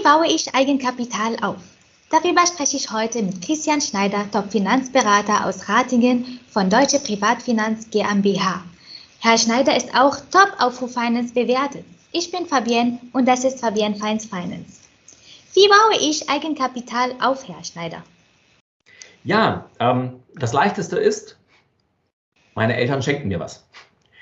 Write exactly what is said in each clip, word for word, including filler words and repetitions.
baue ich Eigenkapital auf? Darüber spreche ich heute mit Christian Schneider, Top-Finanzberater aus Ratingen von Deutsche Privatfinanz GmbH. Herr Schneider ist auch top auf Finance bewertet. Ich bin Fabienne und das ist Fabienne Feins Finance. Wie baue ich Eigenkapital auf, Herr Schneider? Ja, ähm, das Leichteste ist, meine Eltern schenken mir was.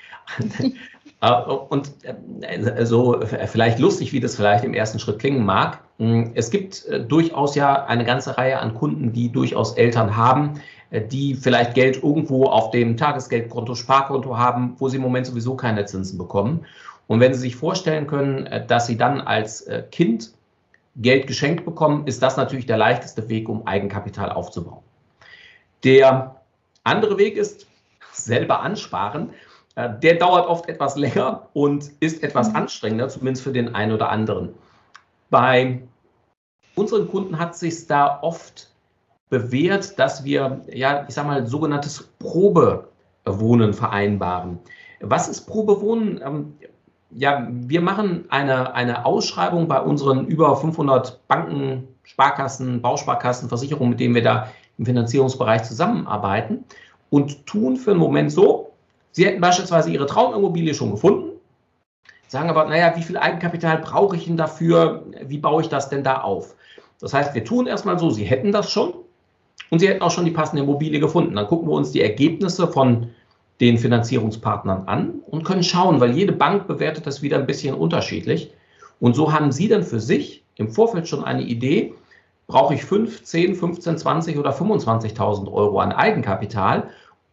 Und so vielleicht lustig, wie das vielleicht im ersten Schritt klingen mag, es gibt durchaus ja eine ganze Reihe an Kunden, die durchaus Eltern haben, die vielleicht Geld irgendwo auf dem Tagesgeldkonto, Sparkonto haben, wo sie im Moment sowieso keine Zinsen bekommen. Und wenn Sie sich vorstellen können, dass Sie dann als Kind Geld geschenkt bekommen, ist das natürlich der leichteste Weg, um Eigenkapital aufzubauen. Der andere Weg ist selber ansparen. Der dauert oft etwas länger und ist etwas anstrengender, zumindest für den einen oder anderen. Bei unseren Kunden hat es sich da oft bewährt, dass wir, ja, ich sage mal, sogenanntes Probewohnen vereinbaren. Was ist Probewohnen? Ja, wir machen eine, eine Ausschreibung bei unseren über fünfhundert Banken, Sparkassen, Bausparkassen, Versicherungen, mit denen wir da im Finanzierungsbereich zusammenarbeiten und tun für einen Moment so: Sie hätten beispielsweise Ihre Traumimmobilie schon gefunden, sagen aber, naja, wie viel Eigenkapital brauche ich denn dafür? Wie baue ich das denn da auf? Das heißt, wir tun erstmal so, Sie hätten das schon und Sie hätten auch schon die passende Immobilie gefunden. Dann gucken wir uns die Ergebnisse von den Finanzierungspartnern an und können schauen, weil jede Bank bewertet das wieder ein bisschen unterschiedlich. Und so haben Sie dann für sich im Vorfeld schon eine Idee: Brauche ich fünf, zehn, fünfzehn, zwanzig oder fünfundzwanzigtausend Euro an Eigenkapital?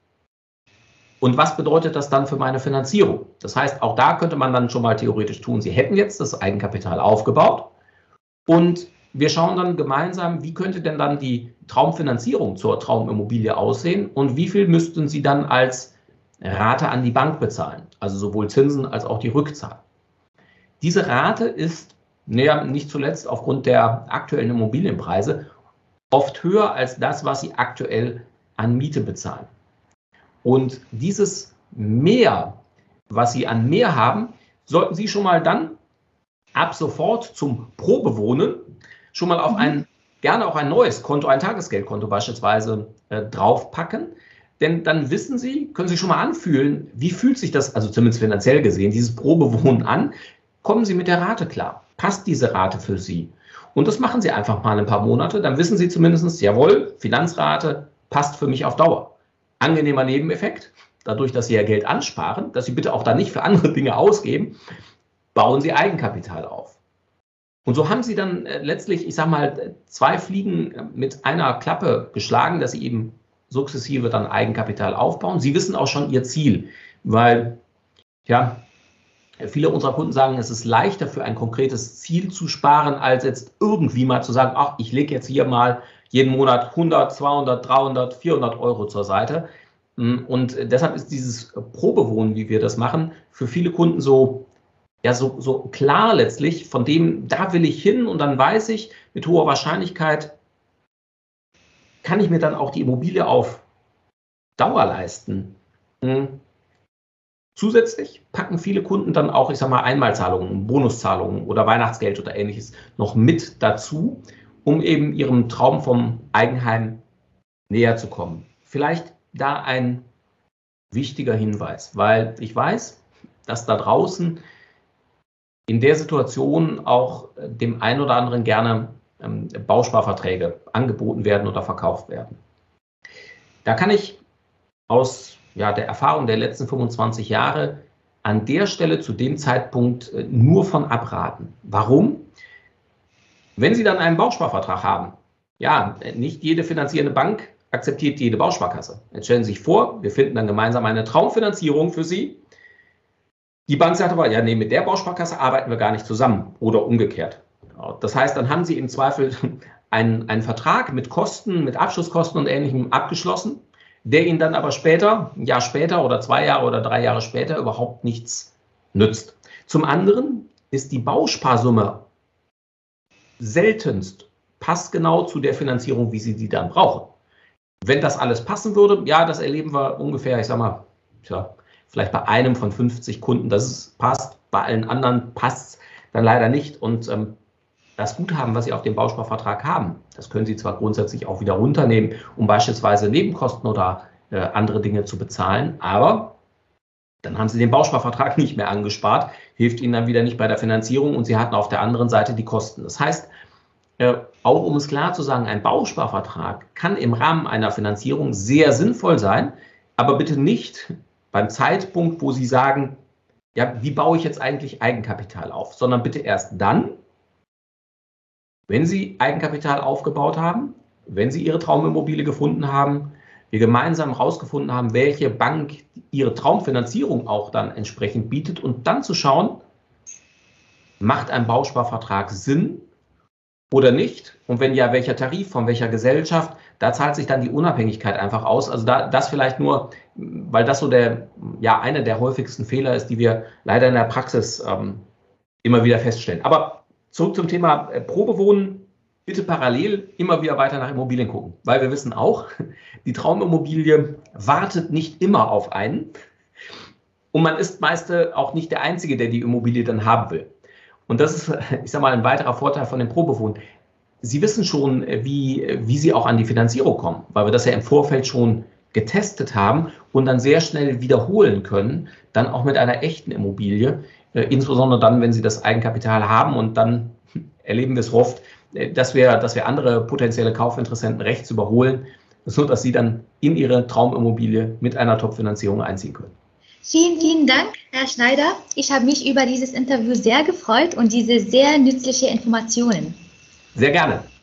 Und was bedeutet das dann für meine Finanzierung? Das heißt, auch da könnte man dann schon mal theoretisch tun, Sie hätten jetzt das Eigenkapital aufgebaut und wir schauen dann gemeinsam, wie könnte denn dann die Traumfinanzierung zur Traumimmobilie aussehen und wie viel müssten Sie dann als Rate an die Bank bezahlen, also sowohl Zinsen als auch die Rückzahlung. Diese Rate ist, naja, nicht zuletzt aufgrund der aktuellen Immobilienpreise, oft höher als das, was Sie aktuell an Miete bezahlen. Und dieses Mehr, was Sie an Mehr haben, sollten Sie schon mal dann ab sofort zum Probewohnen schon mal auf ein, gerne auch ein neues Konto, ein Tagesgeldkonto beispielsweise äh, draufpacken. Denn dann wissen Sie, können Sie schon mal anfühlen, wie fühlt sich das, also zumindest finanziell gesehen, dieses Probewohnen an. Kommen Sie mit der Rate klar? Passt diese Rate für Sie? Und das machen Sie einfach mal ein paar Monate, dann wissen Sie zumindest, jawohl, Finanzrate passt für mich auf Dauer. Angenehmer Nebeneffekt, dadurch, dass Sie ja Geld ansparen, dass Sie bitte auch da nicht für andere Dinge ausgeben, bauen Sie Eigenkapital auf. Und so haben Sie dann äh, letztlich, ich sage mal, zwei Fliegen mit einer Klappe geschlagen, dass Sie eben sukzessive dann Eigenkapital aufbauen. Sie wissen auch schon Ihr Ziel, weil, ja, viele unserer Kunden sagen, es ist leichter für ein konkretes Ziel zu sparen, als jetzt irgendwie mal zu sagen, ach, ich lege jetzt hier mal jeden Monat hundert, zweihundert, dreihundert, vierhundert Euro zur Seite. Und deshalb ist dieses Probewohnen, wie wir das machen, für viele Kunden so, ja, so, so klar letztlich, von dem, da will ich hin und dann weiß ich, mit hoher Wahrscheinlichkeit kann ich mir dann auch die Immobilie auf Dauer leisten. Zusätzlich packen viele Kunden dann auch, ich sag mal, Einmalzahlungen, Bonuszahlungen oder Weihnachtsgeld oder ähnliches noch mit dazu, um eben ihrem Traum vom Eigenheim näher zu kommen. Vielleicht da ein wichtiger Hinweis, weil ich weiß, dass da draußen in der Situation auch dem einen oder anderen gerne ähm, Bausparverträge angeboten werden oder verkauft werden. Da kann ich aus ja, der Erfahrung der letzten fünfundzwanzig Jahre an der Stelle zu dem Zeitpunkt nur von abraten. Warum? Wenn Sie dann einen Bausparvertrag haben, ja, nicht jede finanzierende Bank akzeptiert jede Bausparkasse. Jetzt stellen Sie sich vor, wir finden dann gemeinsam eine Traumfinanzierung für Sie. Die Bank sagt aber, ja, nee, mit der Bausparkasse arbeiten wir gar nicht zusammen oder umgekehrt. Das heißt, dann haben Sie im Zweifel einen, einen Vertrag mit Kosten, mit Abschlusskosten und Ähnlichem abgeschlossen, der Ihnen dann aber später, ein Jahr später oder zwei Jahre oder drei Jahre später überhaupt nichts nützt. Zum anderen ist die Bausparsumme seltenst passgenau zu der Finanzierung, wie Sie die dann brauchen. Wenn das alles passen würde, ja, das erleben wir ungefähr, ich sag mal, tja, vielleicht bei einem von fünfzig Kunden, dass es passt, bei allen anderen passt es dann leider nicht. Und ähm, das Guthaben, was Sie auf dem Bausparvertrag haben, das können Sie zwar grundsätzlich auch wieder runternehmen, um beispielsweise Nebenkosten oder äh, andere Dinge zu bezahlen, aber dann haben Sie den Bausparvertrag nicht mehr angespart, hilft Ihnen dann wieder nicht bei der Finanzierung und Sie hatten auf der anderen Seite die Kosten. Das heißt, äh, auch um es klar zu sagen, ein Bausparvertrag kann im Rahmen einer Finanzierung sehr sinnvoll sein, aber bitte nicht beim Zeitpunkt, wo Sie sagen, ja, wie baue ich jetzt eigentlich Eigenkapital auf, sondern bitte erst dann, wenn Sie Eigenkapital aufgebaut haben, wenn Sie Ihre Traumimmobilie gefunden haben, wir gemeinsam herausgefunden haben, welche Bank Ihre Traumfinanzierung auch dann entsprechend bietet und dann zu schauen, macht ein Bausparvertrag Sinn oder nicht? Und wenn ja, welcher Tarif, von welcher Gesellschaft? Da zahlt sich dann die Unabhängigkeit einfach aus. Also da, das vielleicht nur, weil das so der, ja, einer der häufigsten Fehler ist, die wir leider in der Praxis ähm, immer wieder feststellen. Aber zurück zum Thema äh, Probewohnen. Bitte parallel immer wieder weiter nach Immobilien gucken, weil wir wissen auch, die Traumimmobilie wartet nicht immer auf einen und man ist meist auch nicht der Einzige, der die Immobilie dann haben will. Und das ist, ich sage mal, ein weiterer Vorteil von dem Probewohnen. Sie wissen schon, wie, wie Sie auch an die Finanzierung kommen, weil wir das ja im Vorfeld schon getestet haben und dann sehr schnell wiederholen können, dann auch mit einer echten Immobilie, äh, insbesondere dann, wenn Sie das Eigenkapital haben und dann erleben wir es oft, dass wir, dass wir andere potenzielle Kaufinteressenten rechts überholen, so dass sie dann in ihre Traumimmobilie mit einer Top-Finanzierung einziehen können. Vielen, vielen Dank, Herr Schneider. Ich habe mich über dieses Interview sehr gefreut und diese sehr nützlichen Informationen. Sehr gerne.